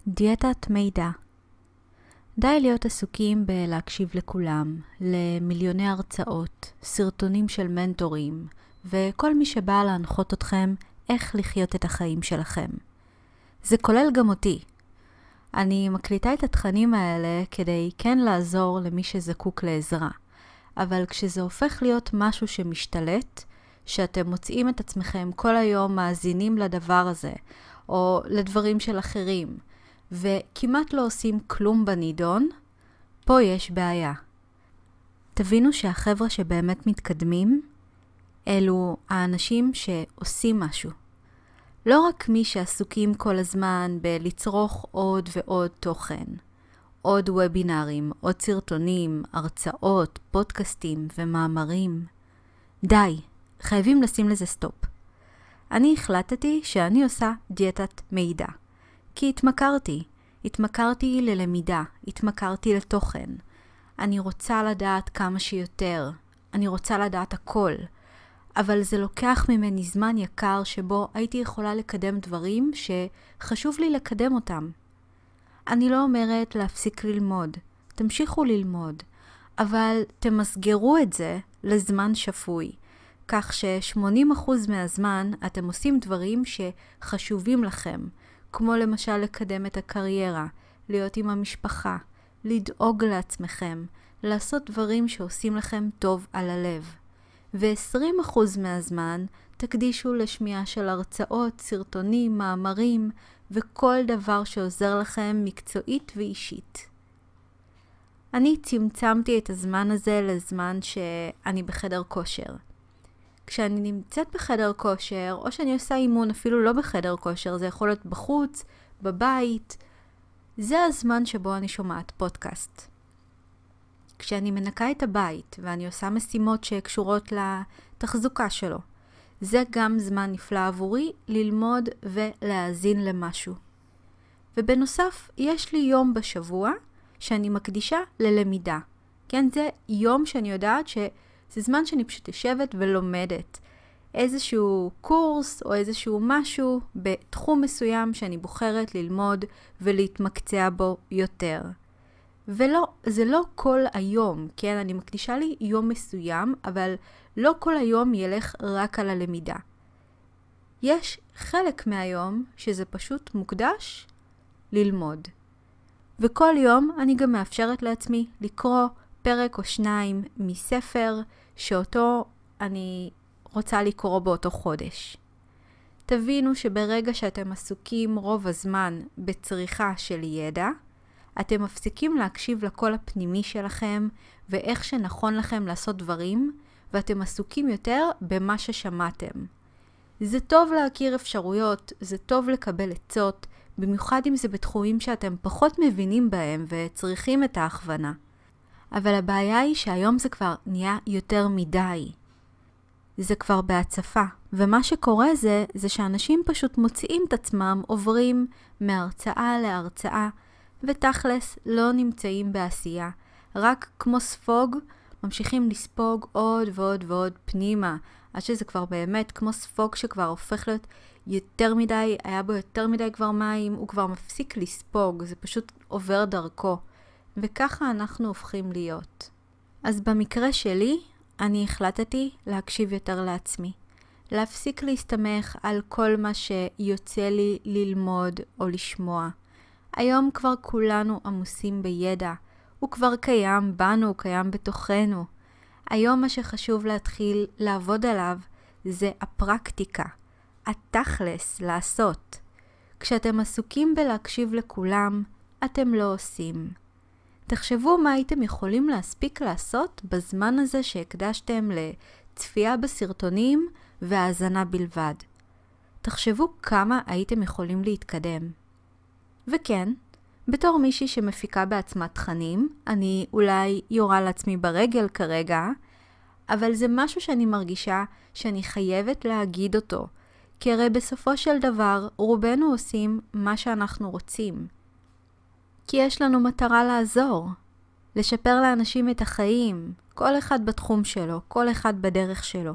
דיאטת מידע. די להיות עסוקים בלהקשיב לכולם, למיליוני הרצאות, סרטונים של מנטורים, וכל מי שבא להנחות אתכם איך לחיות את החיים שלכם. זה כולל גם אותי. אני מקליטה את התכנים האלה כדי כן לעזור למי שזקוק לעזרה. אבל כשזה הופך להיות משהו שמשתלט, שאתם מוצאים את עצמכם כל היום מאזינים לדבר הזה, או לדברים של אחרים, וכמעט לא עושים כלום בנידון, פה יש בעיה. תבינו שהחבר'ה שבאמת מתקדמים, אלו האנשים שעושים משהו. לא רק מי שעסוקים כל הזמן בלצרוך עוד ועוד תוכן, עוד וובינרים, עוד סרטונים, הרצאות, פודקאסטים ומאמרים. די, חייבים לשים לזה סטופ. אני החלטתי שאני עושה דיאטת מידע. כי התמכרתי ללמידה, התמכרתי לתוכן. אני רוצה לדעת כמה שיותר, אני רוצה לדעת הכל. אבל זה לוקח ממני זמן יקר שבו הייתי יכולה לקדם דברים שחשוב לי לקדם אותם. אני לא אומרת להפסיק ללמוד, תמשיכו ללמוד, אבל תמסגרו את זה לזמן שפוי, כך ש80% מהזמן אתם עושים דברים שחשובים לכם, כמו למשל לקדם את הקריירה, להיות עם המשפחה, לדאוג לעצמכם, לעשות דברים שעושים לכם טוב על הלב. ו20% מהזמן תקדישו לשמיעה של הרצאות, סרטונים, מאמרים וכל דבר שעוזר לכם מקצועית ואישית. אני צמצמתי את הזמן הזה לזמן שאני בחדר כושר. כשאני נמצאת בחדר כושר, או שאני עושה אימון אפילו לא בחדר כושר, זה יכול להיות בחוץ, בבית, זה הזמן שבו אני שומעת פודקאסט. כשאני מנקה את הבית ואני עושה משימות שקשורות לתחזוקה שלו, זה גם זמן נפלא עבורי ללמוד ולהאזין למשהו. ובנוסף, יש לי יום בשבוע שאני מקדישה ללמידה. כן, זה יום שאני יודעת שזה זמן שאני פשוט יושבת ולומדת. איזשהו קורס או איזשהו משהו בתחום מסוים שאני בוחרת ללמוד ולהתמקצע בו יותר. ולא, זה לא כל היום, כן? אני מקדישה לי יום מסוים, אבל לא כל היום ילך רק על הלמידה. יש חלק מהיום שזה פשוט מוקדש ללמוד. וכל יום אני גם מאפשרת לעצמי לקרוא פרק או שניים מספר שאותו אני רוצה לקרוא באותו חודש. תבינו שברגע שאתם עסוקים רוב הזמן בצריכה של ידע, אתם מפסיקים להקשיב לקול הפנימי שלכם ואיך שנכון לכם לעשות דברים, ואתם עסוקים יותר במה ששמעתם. זה טוב להכיר אפשרויות, זה טוב לקבל עצות, במיוחד אם זה בתחומים שאתם פחות מבינים בהם וצריכים את ההכוונה. אבל הבעיה היא שהיום זה כבר נהיה יותר מדי. זה כבר בהצפה, ומה שקורה זה שאנשים פשוט מוציאים את עצמם, עוברים מהרצאה להרצאה, ותכלס לא נמצאים בעשייה. רק כמו ספוג, ממשיכים לספוג עוד ועוד ועוד פנימה, עד שזה כבר באמת כמו ספוג שכבר הופך להיות יותר מדי, היה בו יותר מדי כבר מים, הוא כבר מפסיק לספוג, זה פשוט עובר דרכו. וככה אנחנו הופכים להיות. אז במקרה שלי, אני החלטתי להקשיב יותר לעצמי. להפסיק להסתמך על כל מה שיוצא לי ללמוד או לשמוע. היום כבר כולנו עמוסים בידע. הוא כבר קיים בנו, הוא קיים בתוכנו. היום מה שחשוב להתחיל לעבוד עליו זה הפרקטיקה. התכלס, לעשות. כשאתם עסוקים בלהקשיב לכולם, אתם לא עושים. תחשבו מה הייתם יכולים להספיק לעשות בזמן הזה שהקדשתם לצפייה בסרטונים והאזנה בלבד. תחשבו כמה הייתם יכולים להתקדם. וכן, בתור מישהי שמפיקה בעצמה תכנים, אני אולי יורה לעצמי ברגל כרגע, אבל זה משהו שאני מרגישה שאני חייבת להגיד אותו, כי הרי בסופו של דבר רובנו עושים מה שאנחנו רוצים. כי יש לנו מטרה לעזור, לשפר לאנשים את החיים, כל אחד בתחום שלו, כל אחד בדרך שלו.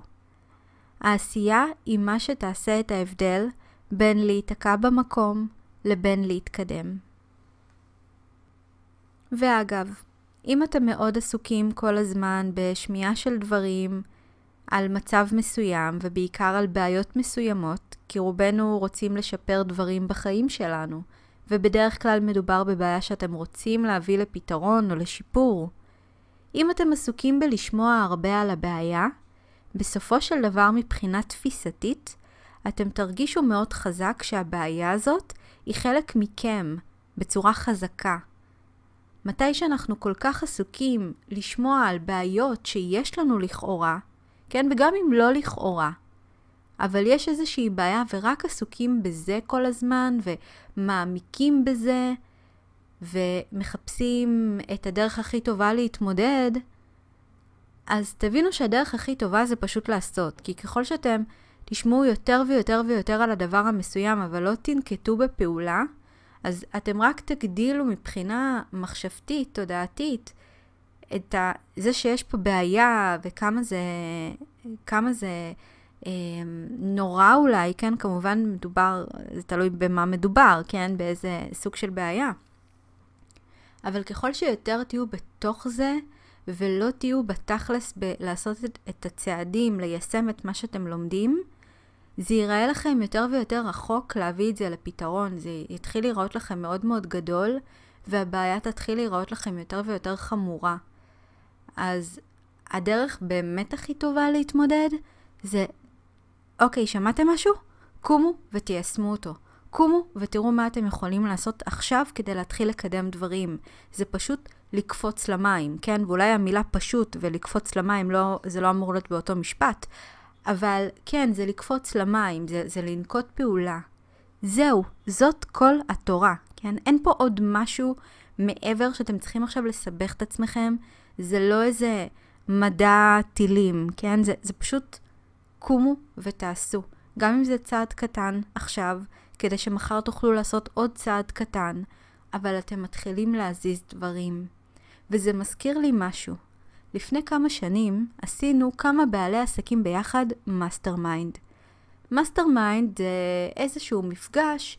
העשייה היא מה שתעשה את ההבדל בין להיתקע במקום לבין להתקדם. ואגב, אם אתם מאוד עסוקים כל הזמן בשמיעה של דברים על מצב מסוים ובעיקר על בעיות מסוימות, כי רובנו רוצים לשפר דברים בחיים שלנו, ובדרך כלל מדובר בבעיה שאתם רוצים להביא לפתרון או לשיפור. אם אתם עסוקים בלשמוע הרבה על הבעיה, בסופו של דבר מבחינה תפיסתית, אתם תרגישו מאוד חזק שהבעיה הזאת היא חלק מכם בצורה חזקה. מתי שאנחנו כל כך עסוקים לשמוע על בעיות שיש לנו לכאורה, כן, וגם אם לא לכאורה, אבל יש איזושהי בעיה ורק עסוקים בזה כל הזמן ומעמיקים בזה ומחפשים את הדרך הכי טובה להתמודד, אז תבינו שהדרך הכי טובה זה פשוט לעשות, כי ככל שאתם תשמעו יותר ויותר ויותר על הדבר המסוים, אבל לא תנקטו בפעולה, אז אתם רק תגדילו מבחינה מחשבתית, תודעתית, זה שיש פה בעיה וכמה זה נורא אולי, כן, כמובן מדובר, זה תלוי במה מדובר, כן, באיזה סוג של בעיה. אבל ככל שיותר תהיו בתוך זה, ולא תהיו בתכלס לעשות את הצעדים, ליישם את מה שאתם לומדים, זה ייראה לכם יותר ויותר רחוק להביא את זה לפתרון. זה יתחיל לראות לכם מאוד מאוד גדול, והבעיה תתחיל לראות לכם יותר ויותר חמורה. אז הדרך באמת הכי טובה להתמודד זה, אוקיי, שמעתם משהו? קומו ותיישמו אותו. קומו ותראו מה אתם יכולים לעשות עכשיו כדי להתחיל לקדם דברים. זה פשוט לקפוץ למים, כן? ואולי המילה פשוט ולקפוץ למים זה לא אמור להיות באותו משפט, אבל כן, זה לקפוץ למים, זה לנקוט פעולה. זהו, זאת כל התורה, כן? אין פה עוד משהו מעבר שאתם צריכים עכשיו לסבך את עצמכם. זה לא איזה מדע טילים, כן? זה פשוט קומו ותעשו. גם אם זה צעד קטן עכשיו, כדי שמחר תוכלו לעשות עוד צעד קטן, אבל אתם מתחילים להזיז דברים. וזה מזכיר לי משהו. לפני כמה שנים עשינו כמה בעלי עסקים ביחד מאסטרמיינד. מאסטרמיינד זה איזשהו מפגש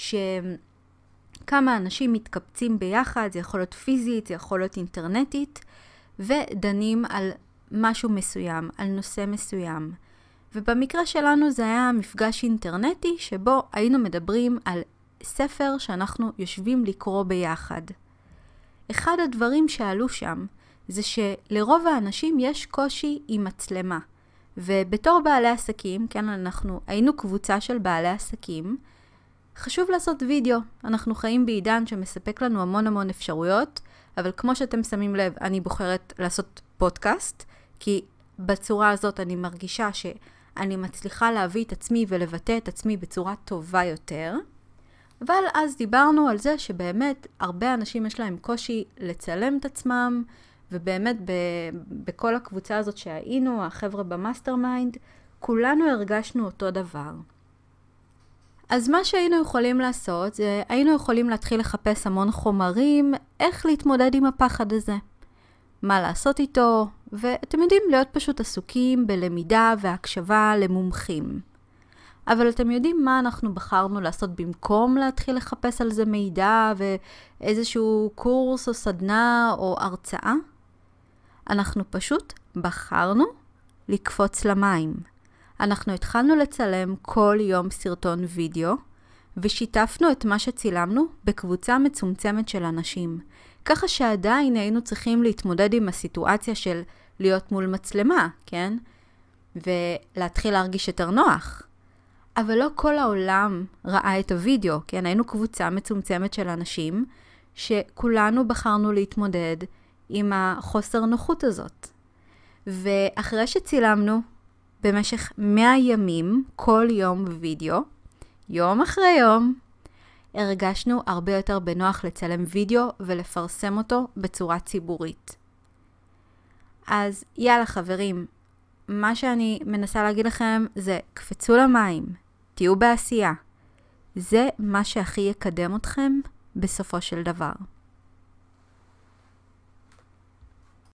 שכמה אנשים מתקבצים ביחד, זה יכול להיות פיזית, זה יכול להיות אינטרנטית, ודנים על משהו מסוים, על נושא מסוים. ובמקרה שלנו זה היה מפגש אינטרנטי שבו היינו מדברים על ספר שאנחנו יושבים לקרוא ביחד. אחד הדברים שעלו שם זה שלרוב האנשים יש קושי עם מצלמה. ובתור בעלי עסקים, כן, אנחנו היינו קבוצה של בעלי עסקים, חשוב לעשות וידאו. אנחנו חיים בעידן שמספק לנו המון המון אפשרויות, אבל כמו שאתם שמים לב, אני בוחרת לעשות פודקאסט, כי בצורה הזאת אני מרגישה שאני מצליחה להביא את עצמי ולבטא את עצמי בצורה טובה יותר. אבל אז דיברנו על זה שבאמת הרבה אנשים יש להם קושי לצלם את עצמם, ובאמת בכל הקבוצה הזאת שהיינו, החבר'ה במאסטרמיינד, כולנו הרגשנו אותו דבר. אז מה שהיינו יכולים לעשות, זה היינו יכולים להתחיל לחפש המון חומרים, איך להתמודד עם הפחד הזה. מה לעשות איתו, ואתם יודעים להיות פשוט עסוקים בלמידה והקשבה למומחים. אבל אתם יודעים מה אנחנו בחרנו לעשות במקום להתחיל לחפש על זה מידע ואיזשהו קורס או סדנה או הרצאה? אנחנו פשוט בחרנו לקפוץ למים. אנחנו התחלנו לצלם כל יום סרטון וידאו, ושיתפנו את מה שצילמנו בקבוצה מצומצמת של אנשים. ככה שעדיין היינו צריכים להתמודד עם הסיטואציה של להיות מול מצלמה, כן? ולהתחיל להרגיש יותר נוח. אבל לא כל העולם ראה את הוידאו, כן? היינו קבוצה מצומצמת של אנשים שכולנו בחרנו להתמודד עם החוסר נוחות הזאת. ואחרי שצילמנו במשך 100 ימים, כל יום וידאו, יום אחרי יום, הרגשנו הרבה יותר בנוח לצלם וידאו ולפרסם אותו בצורה ציבורית. אז יאללה חברים, מה שאני מנסה להגיד לכם זה קפצו למים, תהיו בעשייה. זה מה שהכי יקדם אתכם בסופו של דבר.